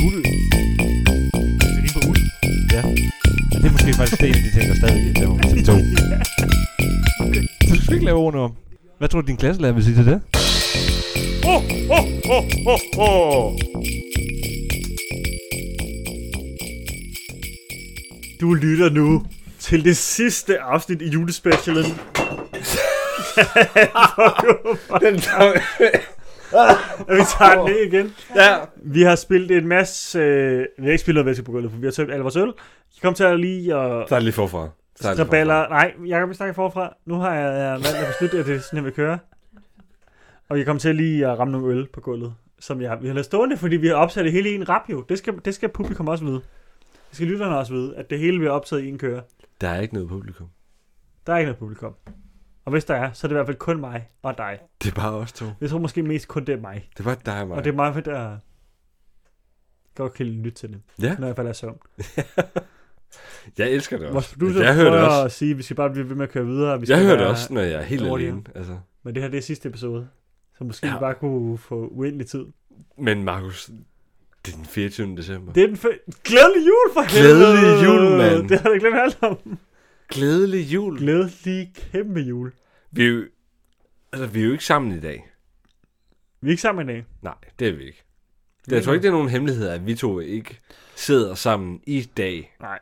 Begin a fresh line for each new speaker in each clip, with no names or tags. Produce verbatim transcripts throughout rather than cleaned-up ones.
Uld. Det er lige på uld. Ja. Og det er måske faktisk det, en af de ting, der stadig laver til to. Okay. Så du skal ikke lave ordene om. Hvad tror du, din klasselærer vil sige til det?
Ho, ho, ho, ho, ho. Du lytter nu til det sidste afsnit i julespecialen.
Den tager...
Vi tager den ned igen.
Ja.
Vi har spillet en masse... Øh, vi har ikke spillet noget væske på gulvet, for vi har tømt alle vores øl. Jeg kom til at lige og...
Start lige forfra. Start lige
forfra. Nej, jeg kan ikke snakke forfra. Nu har jeg, jeg valgt at beslutte, at det er sådan, jeg vil køre. Og jeg kom til at lige at ramme nogle øl på gulvet, som jeg, vi har lavet stående, fordi vi har opsat det hele i en rap jo. Det skal, det skal publikum også vide. Det skal lytterne også vide, at det hele vi har optaget i en køre.
Der er ikke noget publikum.
Der er ikke noget publikum. Og hvis der er, så er det i hvert fald kun mig og dig.
Det er bare os to.
Jeg tror måske mest kun det er mig.
Det er bare dig og mig.
Og det er mig, der godt kan lytte til det,
ja.
Når jeg falder i søvn.
Jeg elsker det også.
Vores producer
jeg hørte også.
At sige, at vi skal bare blive ved med at køre videre. Vi
jeg hører det
være
også, når jeg er helt alene. Altså.
Men det her det er sidste episode. Så måske
ja.
vi bare kunne få uendelig tid.
Men Markus, det er den fireogtyvende december.
Det er den f- Glædelig jul for helvede.
Glædelig jul, mand.
Det har jeg glemt alt om.
Glædelig jul.
Glædelig kæmpe jul.
Vi er jo, altså, vi er jo ikke sammen i dag.
Vi er ikke sammen i dag.
Nej, det er vi ikke. Det, jeg tror ikke, det er nogen hemmelighed, at vi to ikke sidder sammen i dag.
Nej.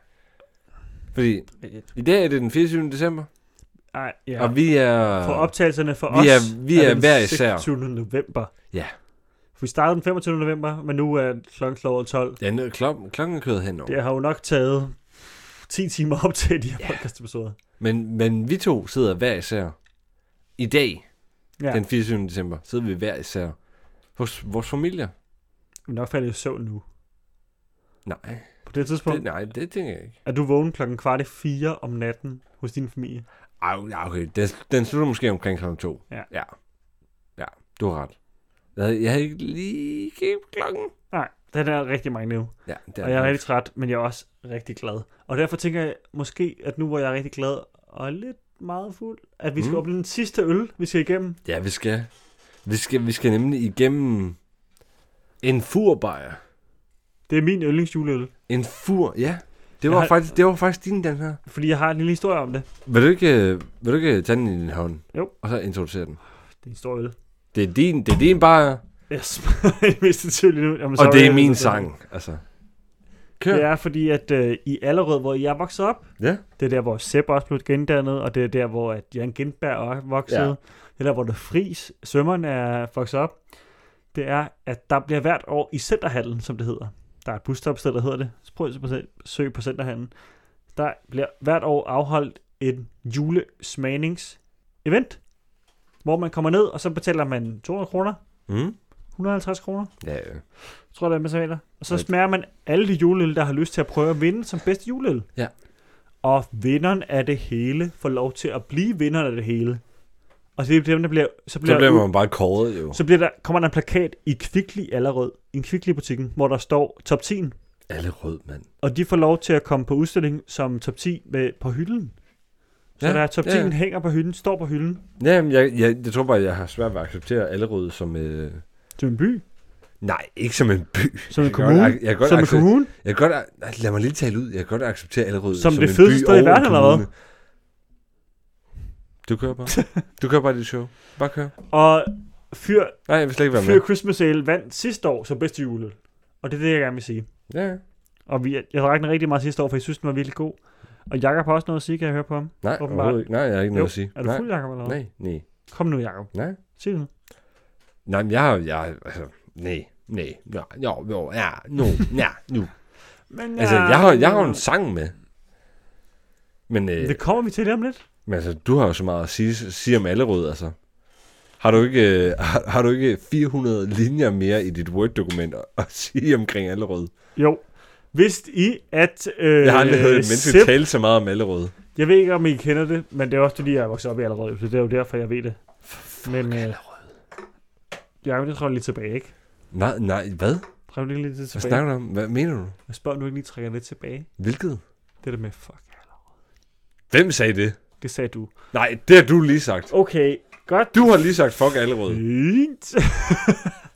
Fordi i dag er det den fireogtyvende december.
Nej, ja.
Og vi er...
For optagelserne for
vi
os
er, vi er, er hver især.
seksogtyvende november.
Ja.
For vi startede den femogtyvende november, men nu er klokken slået tolv.
Ja, nu, klok- klokken er kørt henover.
Det har jo nok taget ti timer op til de her ja. podcast-episoder.
Men, men vi to sidder hver især. I dag, ja. Den fireogtyvende december, sidder vi hver især hos vores familier.
Vi er nok faldet i søvn nu.
Nej.
På det tidspunkt?
Det, nej, det tænker jeg ikke.
Er du vågen klokken kvart i fire om natten hos din familie?
Ej, okay. Den, den slutter måske omkring klokken to.
Ja.
Ja. Ja, du har ret. Jeg havde, jeg havde ikke lige kigget på klokken.
Nej, den er rigtig mange nu.
Ja, det er
og jeg er rigtig træt, men jeg er også rigtig glad. Og derfor tænker jeg måske, at nu hvor jeg er rigtig glad og lidt meget fuld, at vi skal mm. åbne den sidste øl, vi skal igennem.
Ja, vi skal. Vi skal, vi skal nemlig igennem en furbajer.
Det er min yndlingsjuleøl.
En fur, ja. Det var,
har,
faktisk, det var faktisk din, den her.
Fordi jeg har en lille historie om det.
Vil du ikke, vil du ikke tage den i din hånd?
Jo.
Og så introducere den?
Det er en stor øl.
Det er din, det er din bajer.
Yes, jeg vidste det tydeligt nu. Jamen,
og det er min sang, altså.
Kør. Det er fordi, at øh, i Allerød, hvor jeg voksede op,
ja.
Det er der, hvor Sepp også blev gendannet, og det er der, hvor at Jan Gindberg også voksede. Ja. Det er der, hvor der Fris, sømmeren er vokset op. Det er, at der bliver hvert år i Centerhallen, som det hedder. Der er et busstopsted, der hedder det. Prøv at søg på Centerhallen. Der bliver hvert år afholdt en julesmagnings-event, hvor man kommer ned, og så betaler man to hundrede kroner.
Mm.
et hundrede og halvtreds kroner.
Ja, ja.
Tror jeg, det er med sig. Og så smager man alle de juleøl, der har lyst til at prøve at vinde som bedste juleøl.
Ja.
Og vinderen af det hele får lov til at blive vinderen af det hele. Og så, det, der bliver, så bliver,
så bliver man bare kåret, jo.
Så bliver der, kommer der en plakat i Kvickly Allerød, i en Kvickly-butikken, hvor der står top ti.
Allerød, mand.
Og de får lov til at komme på udstilling som top ti med, på hylden. Så ja, der er top ti ja. hænger på hylden, står på hylden.
Ja, jeg, jeg, jeg tror bare, jeg har svært ved at acceptere Allerød som... Øh...
Som en by?
Nej, ikke som en by.
Som en kommune?
Jeg jeg godt
som en kommune?
Jeg kan godt... Lad mig lige tale ud. Jeg kan godt acceptere Allerød
som,
som
det
en
fedeste
by
sted i verden, eller hvad?
Du kører bare. Du kører bare dit show. Bare kør.
Og Fyr,
Nej, jeg vil slet ikke være
Fyr
med.
Christmas Ale vandt sidste år som bedste juleøl. Og det er det, jeg gerne vil sige.
Ja.
Og vi, jeg drak den rigtig meget sidste år, for jeg synes, den var virkelig god. Og Jakob har også noget at sige, kan jeg høre på ham?
Nej, overhovedet ikke. Nej, jeg har ikke noget
jo.
at sige.
Er du fuld, Jakob, eller hvad?
Nej, nej.
Kom nu, Jakob.
Nej.
Sig det.
Nej, men jeg har... Jeg, altså, nej, nej, ja, jo, jo, ja, nu, ja, nu.
Men,
altså, jeg har, jeg har en sang med. Men... Øh,
det kommer vi til det om lidt.
Men altså, du har jo så meget at sige, sige om Allerød, altså. Har du ikke, øh, har, har du ikke fire hundrede linjer mere i dit Word-dokument at, at sige omkring Allerød?
Jo. Vidste I, at... Øh,
jeg har aldrig hørt et menneske Sepp... tale så meget om Allerød.
Jeg ved ikke, om I kender det, men det er også fordi, jeg er vokset op i Allerød, så det er jo derfor, jeg ved det.
Fuck
men, øh,
Allerød.
Ja, det tror jeg lidt tilbage, ikke?
Nej, nej, hvad?
Træk lige lidt tilbage.
Hvad snakker du om? Hvad mener du?
Jeg spørger nu ikke lige trækker lidt tilbage.
Hvilket?
Det der med fuck Allerød.
Hvem sagde det?
Det sagde du.
Nej, det har du lige sagt.
Okay, godt.
Du har lige sagt fuck Allerød.
Fint.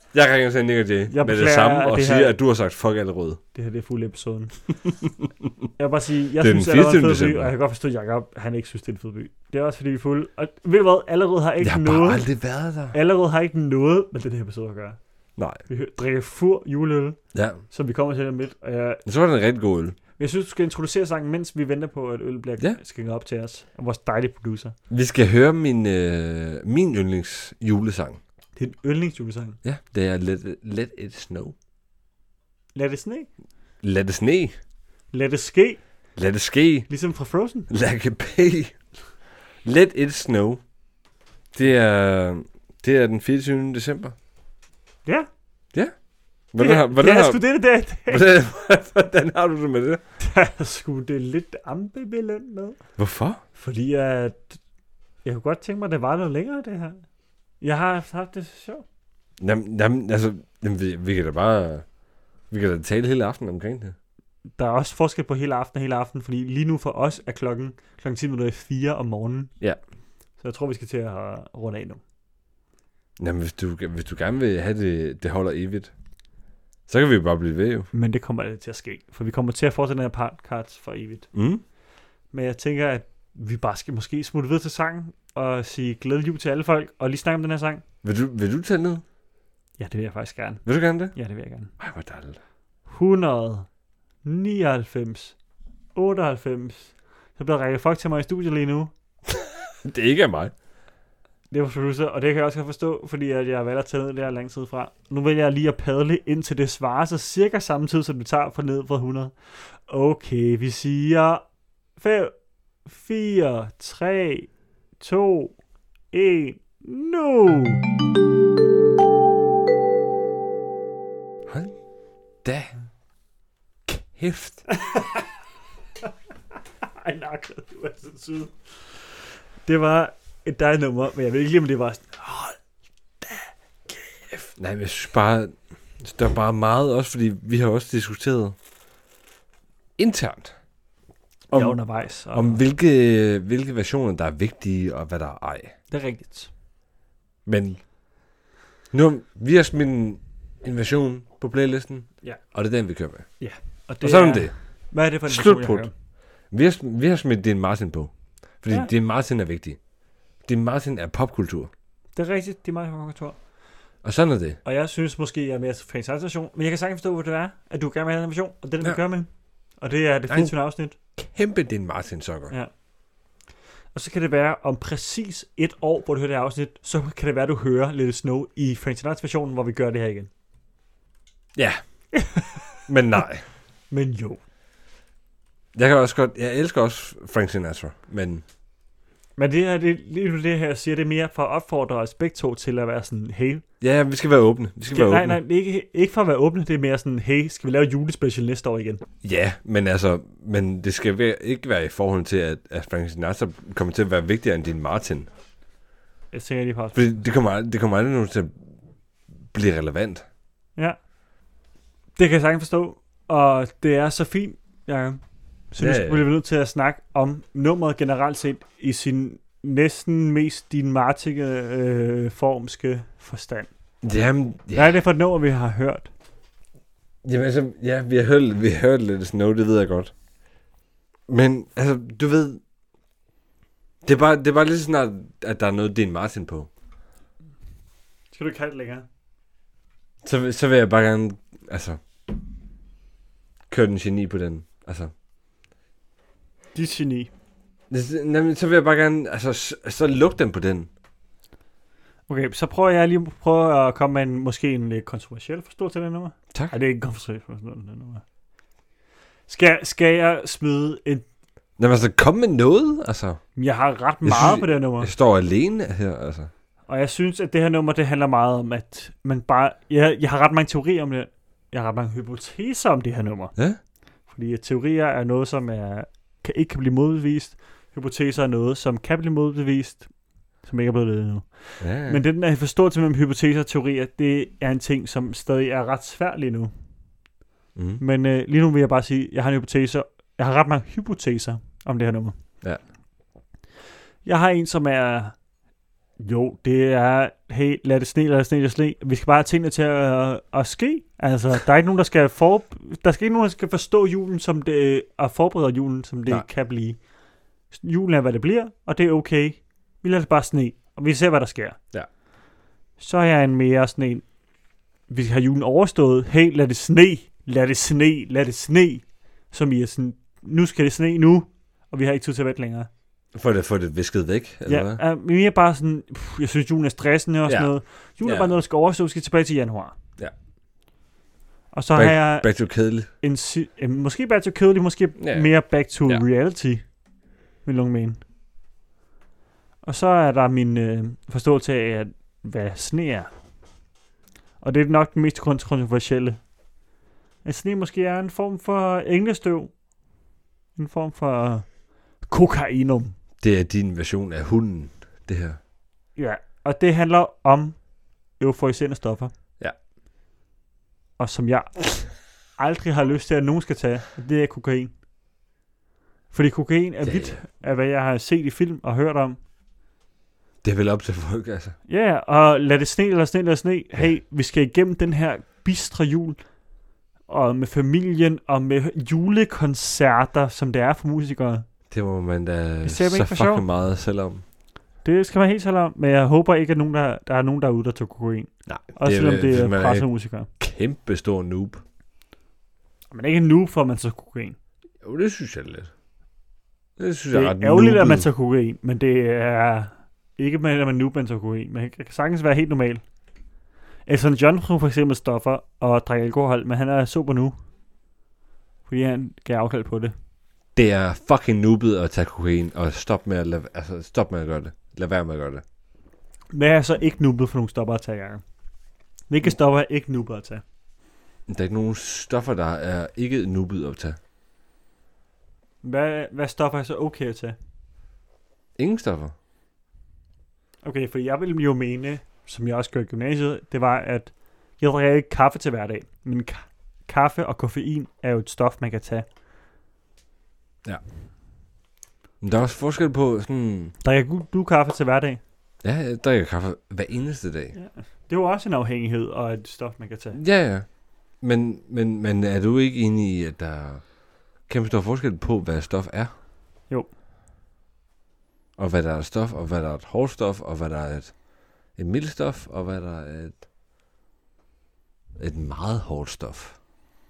Jeg ringer til Nick og Jay
Jeg
med det
beklager,
samme
at
og
det
siger,
her-
at du har sagt fuck Allerød.
Det her det er fuld episoden. Jeg vil bare sige, jeg
Det er
synes,
den
at det er en
fireogtyvende
fed by,
december.
og jeg kan godt forstå, at Jacob, han ikke synes, det er en fed by. Det er også, fordi vi er fulde. Og ved du hvad, Allerød har ikke
Jeg har bare
noget...
aldrig været der.
Allerød har ikke noget med den her episode at gøre.
Nej.
Vi hø- drikker fur juleøl,
Ja.
som vi kommer til om lidt. Og jeg,
Men så var det en rigtig god øl.
jeg synes, du skal introducere sangen, mens vi venter på, at øl bliver
Ja.
skænket op til os. Og vores dejlige producer.
Vi skal høre min, øh, min yndlings julesang.
Det er en yndlingsjulesang.
Ja, det er Let, Let It Snow.
Lad det sne.
Lad det sne.
Lad det ske.
Lad det ske.
Ligesom fra Frozen.
Like a pay. Let It Snow. Det er, det er den fireogtyvende december.
Ja.
Hvordan har, hvordan
ja,
har,
sgu det er det der.
hvordan, hvordan har du det med det?
Der er sgu det lidt ambivalent med.
Hvorfor?
Fordi at... Jeg kunne godt tænke mig, at det var noget længere, det her. Jeg har haft det sjovt.
Jamen, jamen altså, jamen, vi, vi kan da bare... Vi kan da tale hele aftenen omkring det.
Der er også forskel på hele aften og hele aften, fordi lige nu for os er klokken, klokken ti minutter i fire om morgenen.
Ja.
Så jeg tror, vi skal til at runde af nu.
Jamen, hvis du, hvis du gerne vil have det, det holder evigt, så kan vi jo bare blive ved, jo.
Men det kommer aldrig til at ske, for vi kommer til at fortsætte den her podcast for evigt.
Mm.
Men jeg tænker, at vi bare skal måske smutte videre til sangen og sige glædelig jul til alle folk, og lige snakke om den her sang.
Vil du, vil du tage ned?
Ja, det vil jeg faktisk gerne.
Vil du gerne det?
Ja, det vil jeg gerne.
Ej, hvor dejligt.
et hundrede nioghalvfems otteoghalvfems Så bliver der rækket folk til mig i studiet lige nu.
Det er ikke af mig.
Det var producer, og det kan jeg også godt forstå, fordi at jeg valgte at tage ned der lang tid fra. Nu vælger jeg lige at padle ind til det svarer så cirka samme tid, som det tager fra ned fra hundrede. Okay, vi siger fem, fire, tre, to, et, nu!
Hold da kæft.
Ej, nakket, du er så sød. Det var et dejligt nummer, men jeg ved ikke lige, om det var sådan, hold da kæft.
Nej, men jeg synes bare, der er bare meget også, fordi vi har også diskuteret internt
Om,
om,
jeg er undervejs. Og
om hvilke, hvilke versioner, der er vigtige, og hvad der er ej.
det er rigtigt.
Men nu har vi har smidt en, en version på playlisten,
Ja.
og det er den, vi kører med.
Og,
Og sådan er det.
Hvad er det for en
Slut
version, jeg
på
hører?
Vi har, vi har smidt Dean Martin på, fordi
Ja.
ja. Dean Martin er vigtig. Dean Martin er popkultur,
Det er rigtigt, det er meget konkurrentur.
og sådan er det.
Og jeg synes måske, jeg er mere til Frank version, men jeg kan sagtens forstå, hvad det er, at du gerne vil have den version, og det er den, vi
Ja.
gør med. Og det er det
Nej.
fireogtyvende afsnit.
Kæmpe Dean Martin sokker.
Ja. Og så kan det være, om præcis et år, hvor du hører det her afsnit, så kan det være, at du hører Let It Snow i Frank Sinatra versionen, hvor vi gør det her igen.
Ja. Men nej.
Men jo.
Jeg kan også godt, jeg elsker også Frank Sinatra, men
Men det her, det, lige nu det her, jeg siger, det er mere for at opfordre os begge to til at være sådan, hey.
ja, vi skal være åbne. Vi skal
Ja,
være
nej,
åbne.
nej, det er ikke, ikke for at være åbne, det er mere sådan, hey, skal vi lave julespecial næste år igen?
Ja, men altså, men det skal være, ikke være i forhold til, at, at Frank Sinatra kommer til at være vigtigere end Dean Martin.
Jeg tænker lige på.
Fordi det kommer, ald- det kommer aldrig nogen til at blive relevant.
Ja. Det kan jeg sagtens forstå. Og det er så fint, Jacob. Så
Ja,
vi
ja.
skal blive nødt til at snakke om nummeret generelt set i sin næsten mest dinmatiske øh, formske forstand.
Jamen,
Ja. Hvad er det for et nummer, vi har hørt?
Jamen altså, ja, vi har hørt, vi har hørt lidt Snow, det ved jeg godt. Men altså, du ved, det er bare, det er bare lige snart, at der er noget Dean Martin på.
Skal du ikke have det længere?
Så, så vil jeg bare gerne, altså, køre den geni på den. Altså,
Dit geni.
det- jamen, så vil jeg bare gerne, altså, så, så luk den på den.
Okay, så prøver jeg lige at prøve at komme med en, måske en lidt kontroversiel forståelse til det nummer.
Tak.
Ej, det er ikke en kontroversiel forståelse til det nummer. Skal, skal jeg smide en...
Jamen altså, kom med noget, altså.
Jeg har ret
Jeg
meget
synes-
på det her nummer.
Jeg står alene her, altså.
Og jeg synes, at det her nummer, det handler meget om, at man bare... Jeg, jeg har ret mange teorier om det. Jeg har ret mange hypoteser om det her nummer.
Ja?
Fordi at teorier er noget, som er, kan, ikke kan blive modbevist. Hypoteser er noget, som kan blive modbevist, som ikke er blevet det endnu.
Ja, ja.
Men den der forståelse mellem hypoteser og teorier, det er en ting, som stadig er ret svært lige nu.
Mm.
Men øh, lige nu vil jeg bare sige, at jeg har en hypotese. Jeg har ret mange hypoteser om det her nummer.
Ja.
Jeg har en, som er Jo, det er, hey, lad det sne, lad det sne, lad det sne. Vi skal bare have tingene til at, at, at ske. Altså, der er ikke nogen, der skal for, der skal ikke nogen, der skal forstå julen, som det, og forberede julen, som det Nej. kan blive. Julen er, hvad det bliver, og det er okay. Vi lader det bare sne, og vi ser, hvad der sker.
Ja.
Så er jeg en mere sådan en, vi har julen overstået. Hey, lad det sne, lad det sne, lad det sne. Som I er sådan, nu skal det sne nu, og vi har ikke tid til at vente længere.
For det, for det visket væk, eller
ja,
hvad?
Ja, men er bare sådan, pff, jeg synes, julen er stressende og sådan
Ja.
noget. Julen
Ja.
er bare noget, der skal overstå, vi skal tilbage til januar.
Ja.
Og så
Back,
har jeg
back to kedelig.
en, si- eh, måske back to kedelig, måske
Ja.
mere back to
Ja.
reality, vil nogen mene. Og så er der min øh, forståelse af, at, hvad sne er. Og det er nok den mest kontroversielle. At sne måske er en form for englestøv. En form for kokainum.
Det er din version af hunden, det her.
Ja, og det handler om euforiserende stoffer.
Ja.
Og som jeg aldrig har lyst til, at nogen skal tage, det er kokain. Fordi kokain er
Ja,
vidt af, hvad jeg har set i film og hørt om.
Det er vel op til folk, altså.
Ja, og lad det sne, eller sne, eller sne. Hey, vi skal igennem den her bistre jul, og med familien, og med julekoncerter, som det er for musikere.
Det må man da
Det ser man
så
ikke for sjov.
fucking meget selv om.
Det skal man helt selv om, men jeg håber ikke, at nogen, der, der er nogen derude, der tager kokain.
Nej,
Også
det er,
selvom
vel-
det
hvis
er
man er
presset
en
musikere.
kæmpe stor noob.
Men ikke nu, for man tager kokain.
Jo, det synes jeg lidt. Det synes
Det
jeg er
er
ret
ærgerligt, at man
noobet.
tager kokain, men det er ikke med, at man nu man tager kokain. Men det kan sagtens være helt normalt. Elton John bruger for eksempel stoffer og drikker alkohol, men han er sober nu. Fordi han gav afkald på det.
Det er fucking noobet at tage kokain, og stop med at, lade, altså, stop med at gøre det. Lad være med at gøre det.
Hvad er så ikke nubbet for nogle stoffer at tage, Jacob? Hvilke stoffer er ikke nubbet at tage?
Der er ikke nogen stoffer, der er ikke noobet at tage.
Hvad, hvad stoffer er så okay at tage?
Ingen stoffer.
Okay, for jeg ville jo mene, som jeg også gør i gymnasiet, det var, at jeg drikker ikke kaffe til hverdag. Men ka- kaffe og koffein er jo et stof, man kan tage.
Men der er også forskel på sådan...
Drikker du kaffe til hverdag?
Ja, jeg drikker kaffe hver eneste dag.
Ja. Det er jo også en afhængighed og et stof, man kan tage.
Ja, ja. Men, men, men er du ikke enig i, at der er kæmpe stor forskel på, hvad stof er?
Jo.
Og hvad der er et stof, og hvad der er et hårdt stof, og hvad der er et, et mildt stof, og hvad der er et, et meget hårdt stof.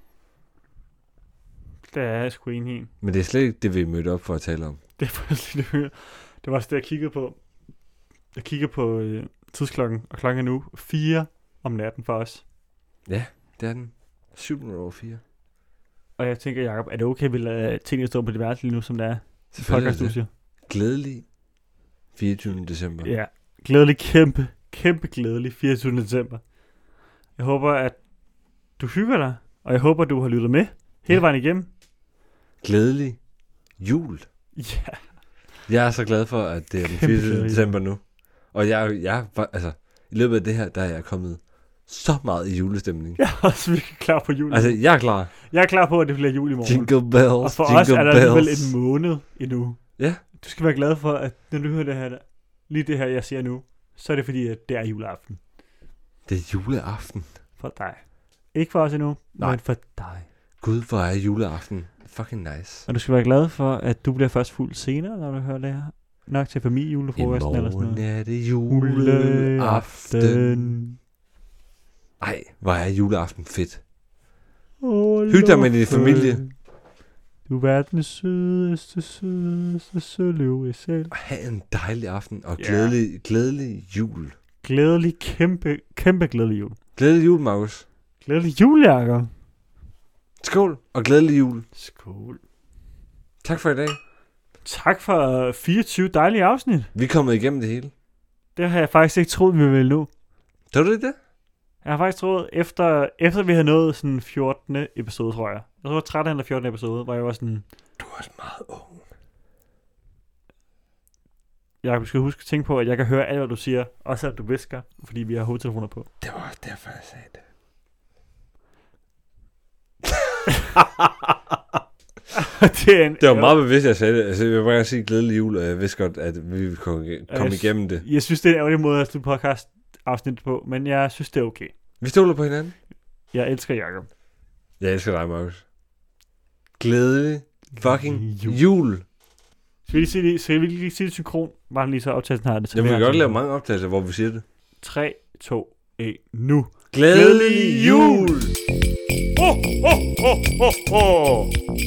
Det er jeg sgu enig i.
Men det er slet ikke det, vi er mødt op for at tale om.
Det er faktisk det, det, det var også det, jeg kiggede på. Jeg kiggede på øh, tidsklokken, og klokken er nu fire om natten for os.
Ja, det er den. syv minutter over fire.
Og jeg tænker, Jacob, er det okay, at vi lader tingene stå på det værelse lige nu, som det er?
Selvfølgelig er
Podcast, du
det.
siger.
Glædelig fireogtyvende december.
Ja, glædelig, kæmpe, kæmpe glædelig fireogtyvende december. Jeg håber, at du hygger dig, og jeg håber, du har lyttet med hele
Ja.
vejen igennem.
Glædelig jul.
Ja,
Jeg er så glad for, at det er den
Kæmpe
fireogtyvende
glædelig
december nu. Og jeg, jeg var, altså, i løbet af det her, der er jeg kommet så meget i julestemning.
jeg er også virkelig klar på jul.
Altså, jeg er klar.
Jeg er klar på, at det bliver jul i morgen.
Jingle bells,
Og for
jingle
os er der
bells.
alligevel en måned endnu.
Ja.
Du skal være glad for, at når du hører det her, lige det her, jeg siger nu, så er det fordi, at det er juleaften.
Det er juleaften.
For dig. Ikke for os endnu,
Nej.
men for dig.
Gud, hvor er juleaften. Fucking nice.
Og du skal være glad for, at du bliver først fuld senere, når du hører det her. Nok til familiejulefrokosten eller sådan
morgen
noget.
er det juleaften. Ej, hvor er juleaften fedt.
Oh,
Hyg dig med din familie.
Du er verdens sødeste, sødeste søløv i selv.
Og have en dejlig aften, og
Ja.
glædelig, glædelig jul.
Glædelig, kæmpe, kæmpe glædelig jul.
Glædelig jul, Markus.
Glædelig jul, Jacob.
Skål, og glædelig jul.
Skål.
Tak for i dag.
Tak for fireogtyve dejlige afsnit.
Vi er kommet igennem det hele.
Det har jeg faktisk ikke troet, vi ville nå.
Tror du ikke det?
Jeg har faktisk troet, efter, efter vi havde nået sådan fjortende episode, tror jeg. Jeg tror trettende eller fjortende episode, hvor jeg var sådan,
Du er også meget ung.
jeg skal huske at tænke på, at jeg kan høre alt, hvad du siger, også at du visker, fordi vi har hovedtelefoner på.
Det var også derfor, jeg sagde det.
det, er en,
Det var meget bevidst, jeg sagde det. Altså, jeg vil bare sige glædelig jul, og jeg vidste godt, at vi ville komme komme
jeg,
igennem det.
Jeg synes, det er en ærgerlig måde at slutte podcast afsnit på, men jeg synes, det er okay.
Vi stoler på hinanden.
Jeg elsker Jacob.
Jeg elsker dig, Markus. Glædelig fucking
Jul.
jul.
Skal vi lige sige det, skal vi lige sige det synkron? Bare lige så optagelsen har det.
Jeg vil godt lave mange optagelser, hvor vi siger det.
tre, to, et, nu.
Glædelig jul!
Ho, ho, ho, ho, ho.